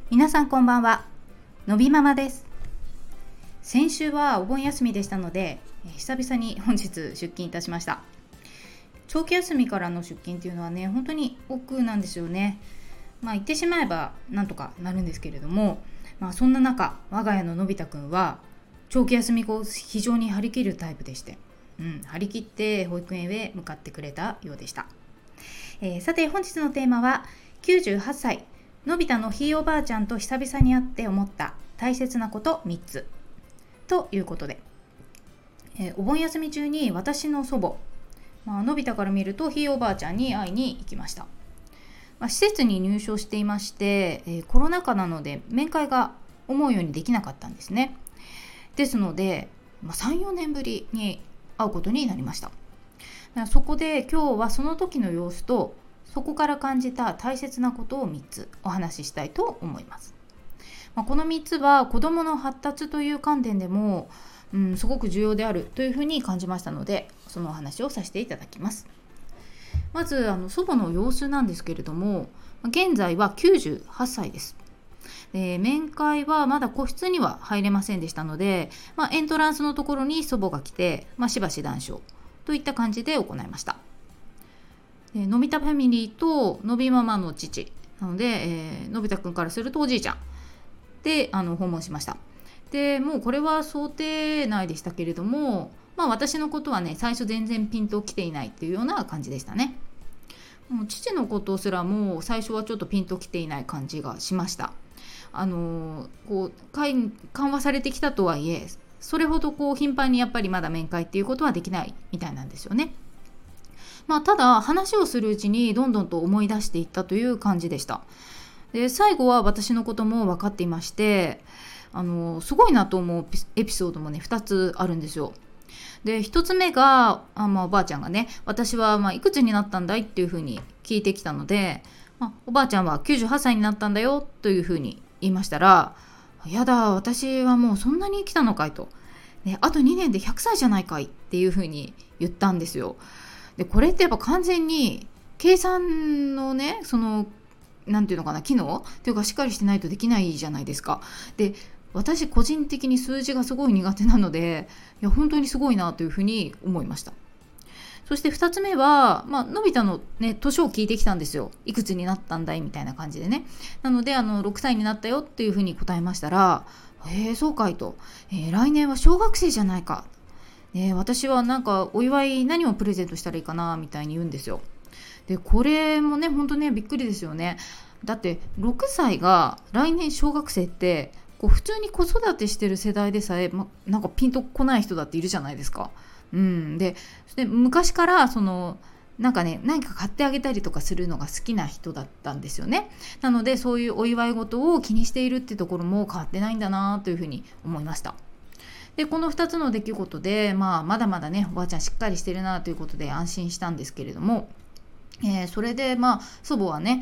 皆さんこんばんは。のびママです。先週はお盆休みでしたので、久々に本日出勤いたしました。長期休みからの出勤っていうのはね、本当に億劫なんですよね。言ってしまえばなんとかなるんですけれども、そんな中、我が家ののび太くんは長期休み後非常に張り切るタイプでして、張り切って保育園へ向かってくれたようでした。さて本日のテーマは98歳のび太のひいおばあちゃんと久々に会って思った大切なこと3つということで、お盆休み中に私の祖母、のび太から見るとひいおばあちゃんに会いに行きました。施設に入所していまして、コロナ禍なので面会が思うようにできなかったんですね。ですので、3、4年ぶりに会うことになりました。そこで今日はその時の様子とそこから感じた大切なことを3つお話ししたいと思います。この3つは子どもの発達という観点でも、すごく重要であるというふうに感じましたので、そのお話をさせていただきます。まず祖母の様子なんですけれども、現在は98歳です。面会はまだ個室には入れませんでしたので、エントランスのところに祖母が来て、しばし談笑といった感じで行いました。のび太ファミリーとのびママの父なので、のび太くんからするとおじいちゃんで訪問しました。でもうこれは想定内でしたけれども、私のことはね、最初全然ピンときていないっていうような感じでしたね。もう父のことすらも最初はちょっとピンときていない感じがしました。緩和されてきたとはいえ、それほど頻繁にやっぱりまだ面会っていうことはできないみたいなんですよね。ただ話をするうちにどんどんと思い出していったという感じでした。で最後は私のことも分かっていまして、すごいなと思うエピソードもね2つあるんですよ。で1つ目がおばあちゃんがね、私はいくつになったんだいっていうふうに聞いてきたので、おばあちゃんは98歳になったんだよというふうに言いましたら、やだ私はもうそんなに生きたのかいと、あと2年で100歳じゃないかいっていうふうに言ったんですよ。でこれってやっぱ完全に計算のね、なんていうのかな、機能っていうかしっかりしてないとできないじゃないですか。で私個人的に数字がすごい苦手なので、本当にすごいなというふうに思いました。そして2つ目は、のび太のね年を聞いてきたんですよ。いくつになったんだいみたいな感じでね。なので6歳になったよっていうふうに答えましたら、そうかいと、来年は小学生じゃないか、私はなんかお祝い何をプレゼントしたらいいかなみたいに言うんですよ。でこれもね本当ねびっくりですよね。だって6歳が来年小学生って普通に子育てしてる世代でさえ、なんかピンとこない人だっているじゃないですか。で昔からなんかね、何か買ってあげたりとかするのが好きな人だったんですよね。なのでそういうお祝い事を気にしているってところも変わってないんだなというふうに思いました。でこの2つの出来事で、まだまだねおばあちゃんしっかりしてるなということで安心したんですけれども、それで祖母はね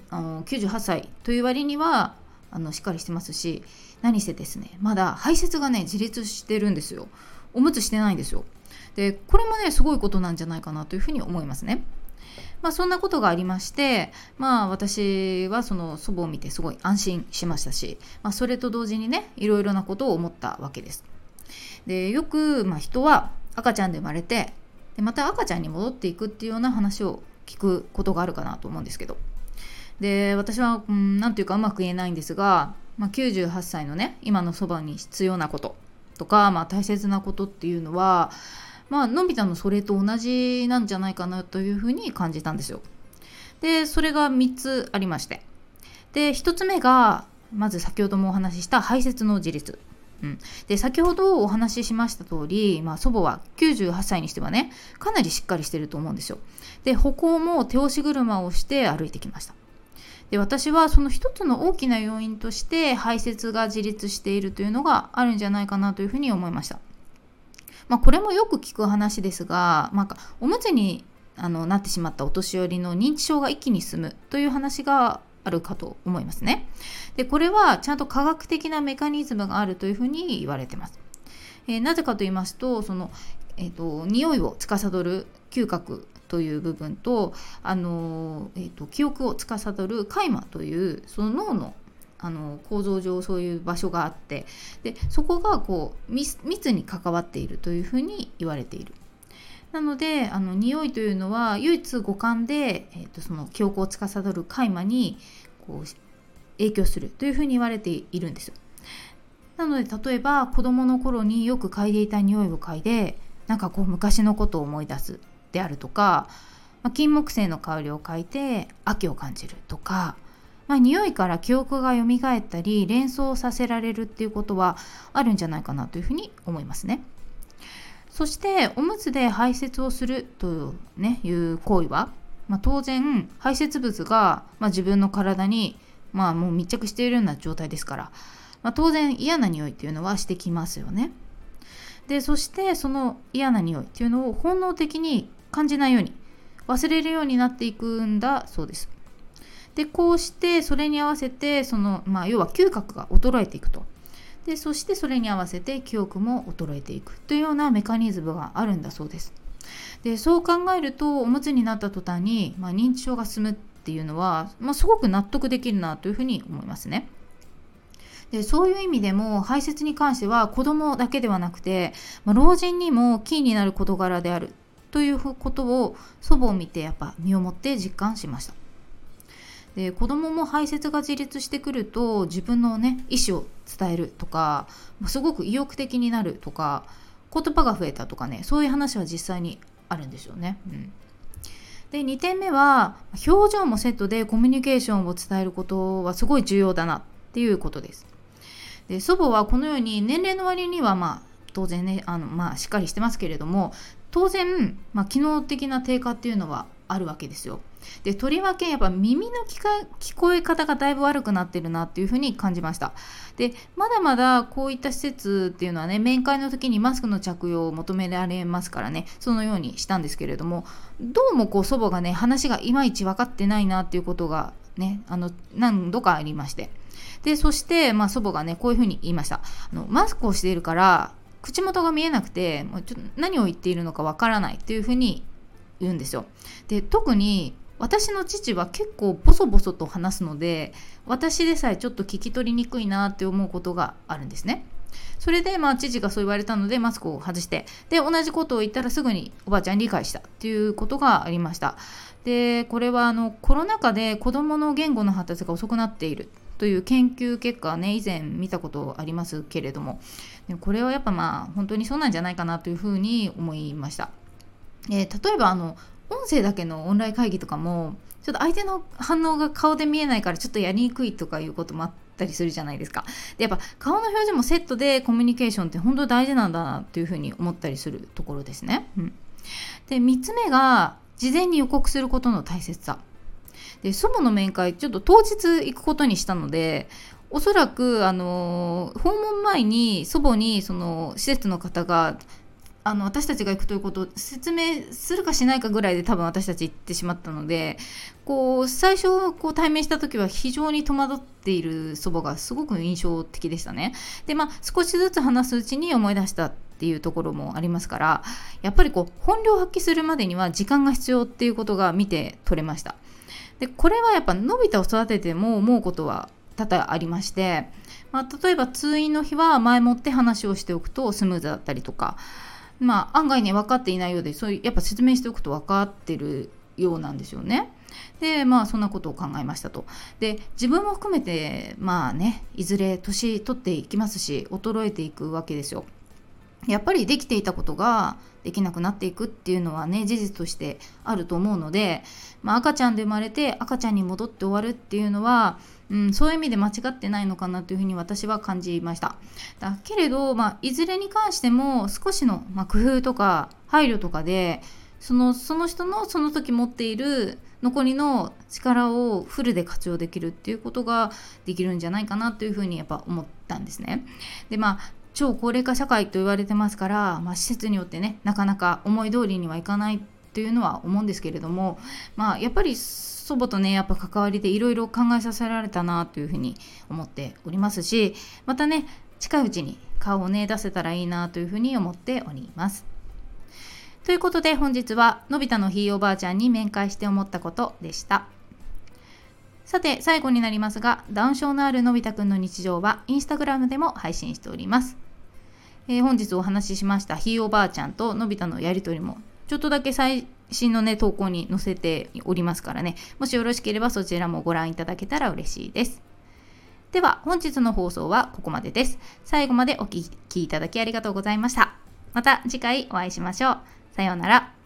98歳という割にはしっかりしてますし、何せですねまだ排泄がね自立してるんですよ。おむつしてないんですよ。でこれもねすごいことなんじゃないかなというふうに思いますね。そんなことがありまして、私はその祖母を見てすごい安心しましたし、それと同時にねいろいろなことを思ったわけです。でよく、人は赤ちゃんで生まれて、でまた赤ちゃんに戻っていくっていうような話を聞くことがあるかなと思うんですけど、で私はなんていうかうまく言えないんですが、98歳のね今のそばに必要なこととか、大切なことっていうのは、のび太のそれと同じなんじゃないかなというふうに感じたんですよ。でそれが3つありまして、で1つ目がまず先ほどもお話しした排泄の自立。で先ほどお話ししました通り、祖母は98歳にしてはねかなりしっかりしてると思うんですよ。で歩行も手押し車をして歩いてきました。で私はその一つの大きな要因として排泄が自立しているというのがあるんじゃないかなというふうに思いました。これもよく聞く話ですが、おむつになってしまったお年寄りの認知症が一気に進むという話があるかと思いますね。でこれはちゃんと科学的なメカニズムがあるというふうに言われています。なぜかと言いますと、匂いを司る嗅覚という部分と記憶を司る海馬というその脳の構造上そういう場所があって、でそこがこう密に関わっているというふうに言われている。なので匂いというのは唯一五感で、その記憶を司る海馬にこう影響するというふうに言われているんですよ。なので例えば子どもの頃によく嗅いでいた匂いを嗅いでなんかこう昔のことを思い出すであるとか、金木犀の香りを嗅いで秋を感じるとか、匂いから記憶が蘇ったり連想させられるっていうことはあるんじゃないかなというふうに思いますね。そしておむつで排泄をするという行為は、当然排泄物が、自分の体に、もう密着しているような状態ですから、当然嫌な匂いっていうのはしてきますよね。でそしてその嫌な匂いっていうのを本能的に感じないように忘れるようになっていくんだそうです。でこうしてそれに合わせて要は嗅覚が衰えていくと。でそしてそれに合わせて記憶も衰えていくというようなメカニズムがあるんだそうです。でそう考えるとおむつになった途端に、認知症が進むっていうのは、すごく納得できるなというふうに思いますね。でそういう意味でも排泄に関しては子どもだけではなくて、老人にもキーになる事柄であるということを祖母を見てやっぱ身をもって実感しました。で子どもも排泄が自立してくると自分の意思を伝えるとか、すごく意欲的になるとか、言葉が増えたとかそういう話は実際にあるんですよね。で2点目は表情もセットでコミュニケーションを伝えることはすごい重要だなっていうことです。で祖母はこのように年齢の割には当然しっかりしてますけれども、当然、機能的な低下っていうのはあるわけですよ。でとりわけやっぱ耳の聞こえ方がだいぶ悪くなってるなっていうふうに感じました。でまだまだこういった施設っていうのは面会の時にマスクの着用を求められますからそのようにしたんですけれども、どうも祖母が話がいまいち分かってないなっていうことが何度かありまして、でそして祖母がこういうふうに言いました。マスクをしているから口元が見えなくて何を言っているのかわからないっていうふうに言うんですよ。で特に私の父は結構ボソボソと話すので、私でさえちょっと聞き取りにくいなって思うことがあるんですね。それで父がそう言われたのでマスクを外して、で同じことを言ったらすぐにおばあちゃん理解したっていうことがありました。でこれはコロナ禍で子どもの言語の発達が遅くなっているという研究結果は以前見たことありますけれども、これはやっぱ本当にそうなんじゃないかなというふうに思いました。例えば音声だけのオンライン会議とかもちょっと相手の反応が顔で見えないからちょっとやりにくいとかいうこともあったりするじゃないですか。でやっぱ顔の表情もセットでコミュニケーションって本当に大事なんだなというふうに思ったりするところですね。で3つ目が事前に予告することの大切さで、祖母の面会ちょっと当日行くことにしたので、おそらく訪問前に祖母にその施設の方が私たちが行くということを説明するかしないかぐらいで多分私たち行ってしまったので、最初対面した時は非常に戸惑っている祖母がすごく印象的でしたね。で少しずつ話すうちに思い出したっていうところもありますから、やっぱり本領発揮するまでには時間が必要っていうことが見て取れました。でこれはやっぱのび太を育てても思うことは多々ありまして、例えば通院の日は前もって話をしておくとスムーズだったりとか、案外分かっていないようでそういうやっぱ説明しておくと分かってるようなんですよね。でそんなことを考えましたと。で自分も含めていずれ年取っていきますし衰えていくわけですよ。やっぱりできていたことができなくなっていくっていうのは事実としてあると思うので、赤ちゃんで生まれて赤ちゃんに戻って終わるっていうのは、そういう意味で間違ってないのかなというふうに私は感じました。だけれど、いずれに関しても少しの、工夫とか配慮とかでその人のその時持っている残りの力をフルで活用できるっていうことができるんじゃないかなというふうにやっぱ思ったんですね。で超高齢化社会と言われてますから、施設によってなかなか思い通りにはいかないっていうのは思うんですけれども、やっぱり祖母とやっぱ関わりでいろいろ考えさせられたなというふうに思っておりますし、また近いうちに顔を出せたらいいなというふうに思っております。ということで本日はのび太のひいおばあちゃんに面会して思ったことでした。 さて最後になりますが、ダウン症のあるのび太くんの日常はインスタグラムでも配信しております。本日お話ししましたひいおばあちゃんとのび太のやりとりもちょっとだけ最新のね投稿に載せておりますからね、もしよろしければそちらもご覧いただけたら嬉しいです。では本日の放送はここまでです。最後までお聞きいただきありがとうございました。また次回お会いしましょう。さようなら。